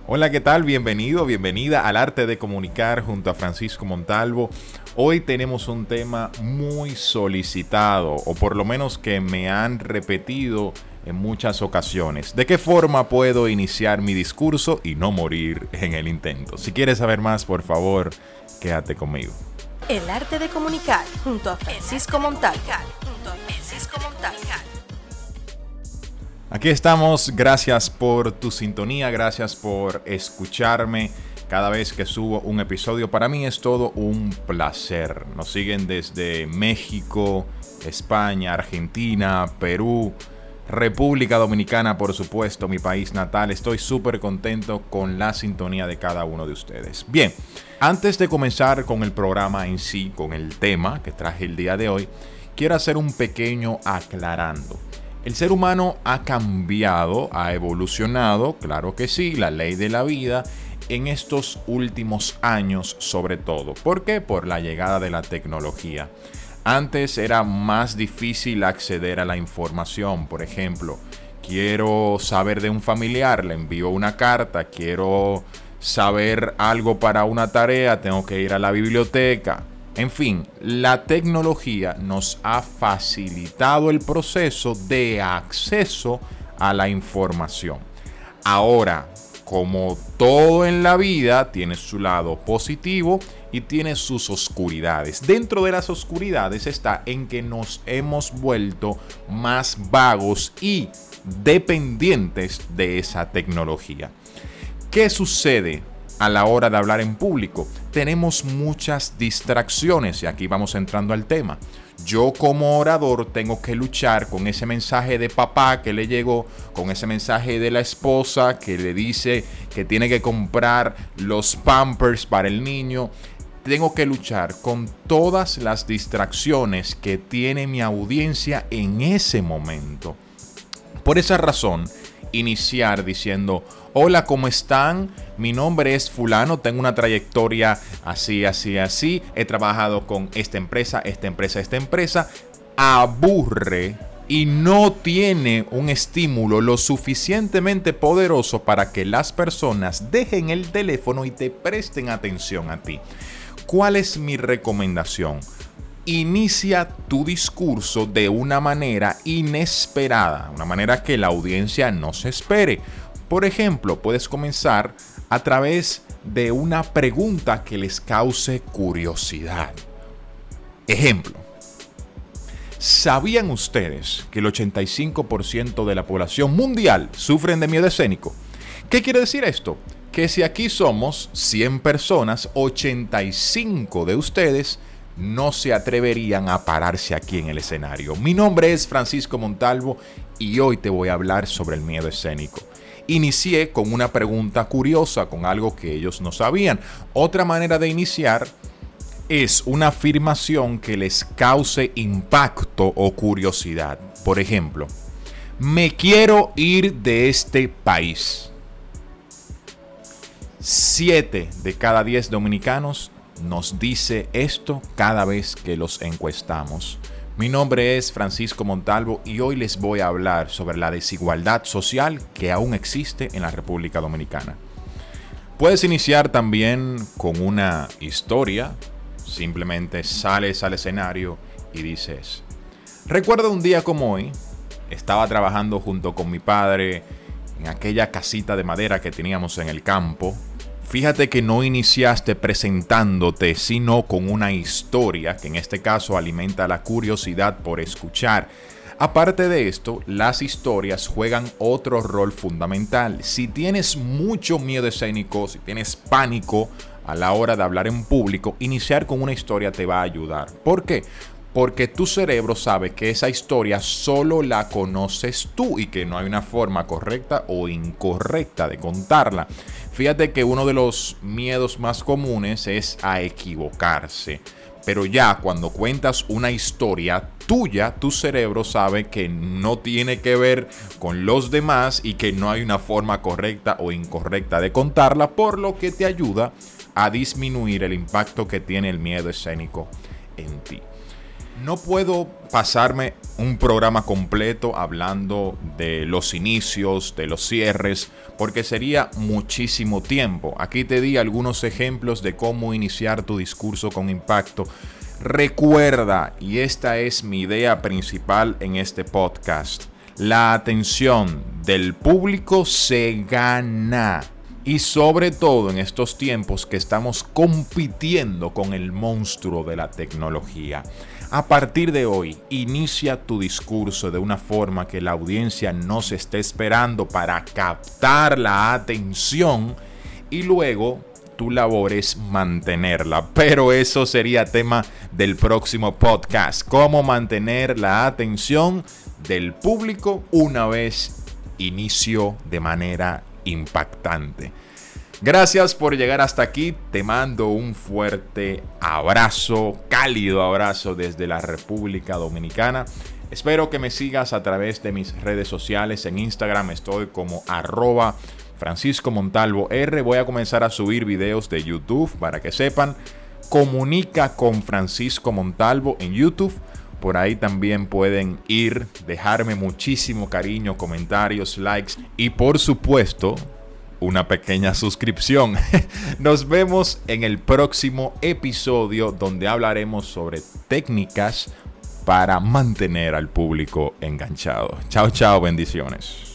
Hola, ¿qué tal? Bienvenido, bienvenida al Arte de Comunicar junto a Francisco Montalvo. Hoy tenemos un tema muy solicitado, o por lo menos que me han repetido en muchas ocasiones. ¿De qué forma puedo iniciar mi discurso y no morir en el intento? Si quieres saber más, por favor, quédate conmigo. El Arte de Comunicar junto a Francisco Montalvo. Aquí estamos, gracias por tu sintonía, gracias por escucharme cada vez que subo un episodio. Para mí es todo un placer. Nos siguen desde México, España, Argentina, Perú, República Dominicana, por supuesto, mi país natal. Estoy súper contento con la sintonía de cada uno de ustedes. Bien, antes de comenzar con el programa en sí, con el tema que traje el día de hoy, quiero hacer un pequeño aclarando. El ser humano ha cambiado, ha evolucionado, claro que sí, la ley de la vida, en estos últimos años sobre todo. ¿Por qué? Por la llegada de la tecnología. Antes era más difícil acceder a la información. Por ejemplo, quiero saber de un familiar, le envío una carta, quiero saber algo para una tarea, tengo que ir a la biblioteca. En fin, la tecnología nos ha facilitado el proceso de acceso a la información. Ahora, como todo en la vida, tiene su lado positivo y tiene sus oscuridades. Dentro de las oscuridades está en que nos hemos vuelto más vagos y dependientes de esa tecnología. ¿Qué sucede a la hora de hablar en público? Tenemos muchas distracciones y aquí vamos entrando al tema. Yo como orador tengo que luchar con ese mensaje de papá que le llegó, con ese mensaje de la esposa que le dice que tiene que comprar los Pampers para el niño. Tengo que luchar con todas las distracciones que tiene mi audiencia en ese momento. Por esa razón, iniciar diciendo: hola, ¿cómo están? Mi nombre es fulano, tengo una trayectoria así, he trabajado con esta empresa, aburre y no tiene un estímulo lo suficientemente poderoso para que las personas dejen el teléfono y te presten atención a ti. ¿Cuál es mi recomendación? Inicia tu discurso de una manera inesperada, una manera que la audiencia no se espere. Por ejemplo, puedes comenzar a través de una pregunta que les cause curiosidad. Ejemplo: ¿sabían ustedes que el 85% de la población mundial sufren de miedo escénico? ¿Qué quiere decir esto? Que si aquí somos 100 personas, 85 de ustedes no se atreverían a pararse aquí en el escenario. Mi nombre es Francisco Montalvo y hoy te voy a hablar sobre el miedo escénico. Inicié con una pregunta curiosa, con algo que ellos no sabían. Otra manera de iniciar es una afirmación que les cause impacto o curiosidad. Por ejemplo: me quiero ir de este país. 7 de cada 10 dominicanos nos dice esto cada vez que los encuestamos. Mi nombre es Francisco Montalvo y hoy les voy a hablar sobre la desigualdad social que aún existe en la República Dominicana. Puedes iniciar también con una historia. Simplemente sales al escenario y dices: recuerdo un día como hoy, estaba trabajando junto con mi padre en aquella casita de madera que teníamos en el campo. Fíjate que no iniciaste presentándote, sino con una historia que en este caso alimenta la curiosidad por escuchar. Aparte de esto, las historias juegan otro rol fundamental. Si tienes mucho miedo escénico, si tienes pánico a la hora de hablar en público, iniciar con una historia te va a ayudar. ¿Por qué? Porque tu cerebro sabe que esa historia solo la conoces tú y que no hay una forma correcta o incorrecta de contarla. Fíjate que uno de los miedos más comunes es a equivocarse. Pero ya cuando cuentas una historia tuya, tu cerebro sabe que no tiene que ver con los demás y que no hay una forma correcta o incorrecta de contarla, por lo que te ayuda a disminuir el impacto que tiene el miedo escénico en ti. No puedo pasarme un programa completo hablando de los inicios, de los cierres, porque sería muchísimo tiempo. Aquí te di algunos ejemplos de cómo iniciar tu discurso con impacto. Recuerda, y esta es mi idea principal en este podcast, la atención del público se gana. Y sobre todo en estos tiempos que estamos compitiendo con el monstruo de la tecnología. A partir de hoy, inicia tu discurso de una forma que la audiencia no se esté esperando para captar la atención y luego tu labor es mantenerla. Pero eso sería tema del próximo podcast. Cómo mantener la atención del público una vez inicio de manera impactante. Gracias por llegar hasta aquí. Te mando un fuerte abrazo, cálido abrazo desde la República Dominicana. Espero que me sigas a través de mis redes sociales. En Instagram estoy como @FranciscoMontalvoR. Voy a comenzar a subir videos de YouTube para que sepan. Comunica con Francisco Montalvo en YouTube. Por ahí también pueden ir, dejarme muchísimo cariño, comentarios, likes y por supuesto una pequeña suscripción. Nos vemos en el próximo episodio donde hablaremos sobre técnicas para mantener al público enganchado. Chao, chao, bendiciones.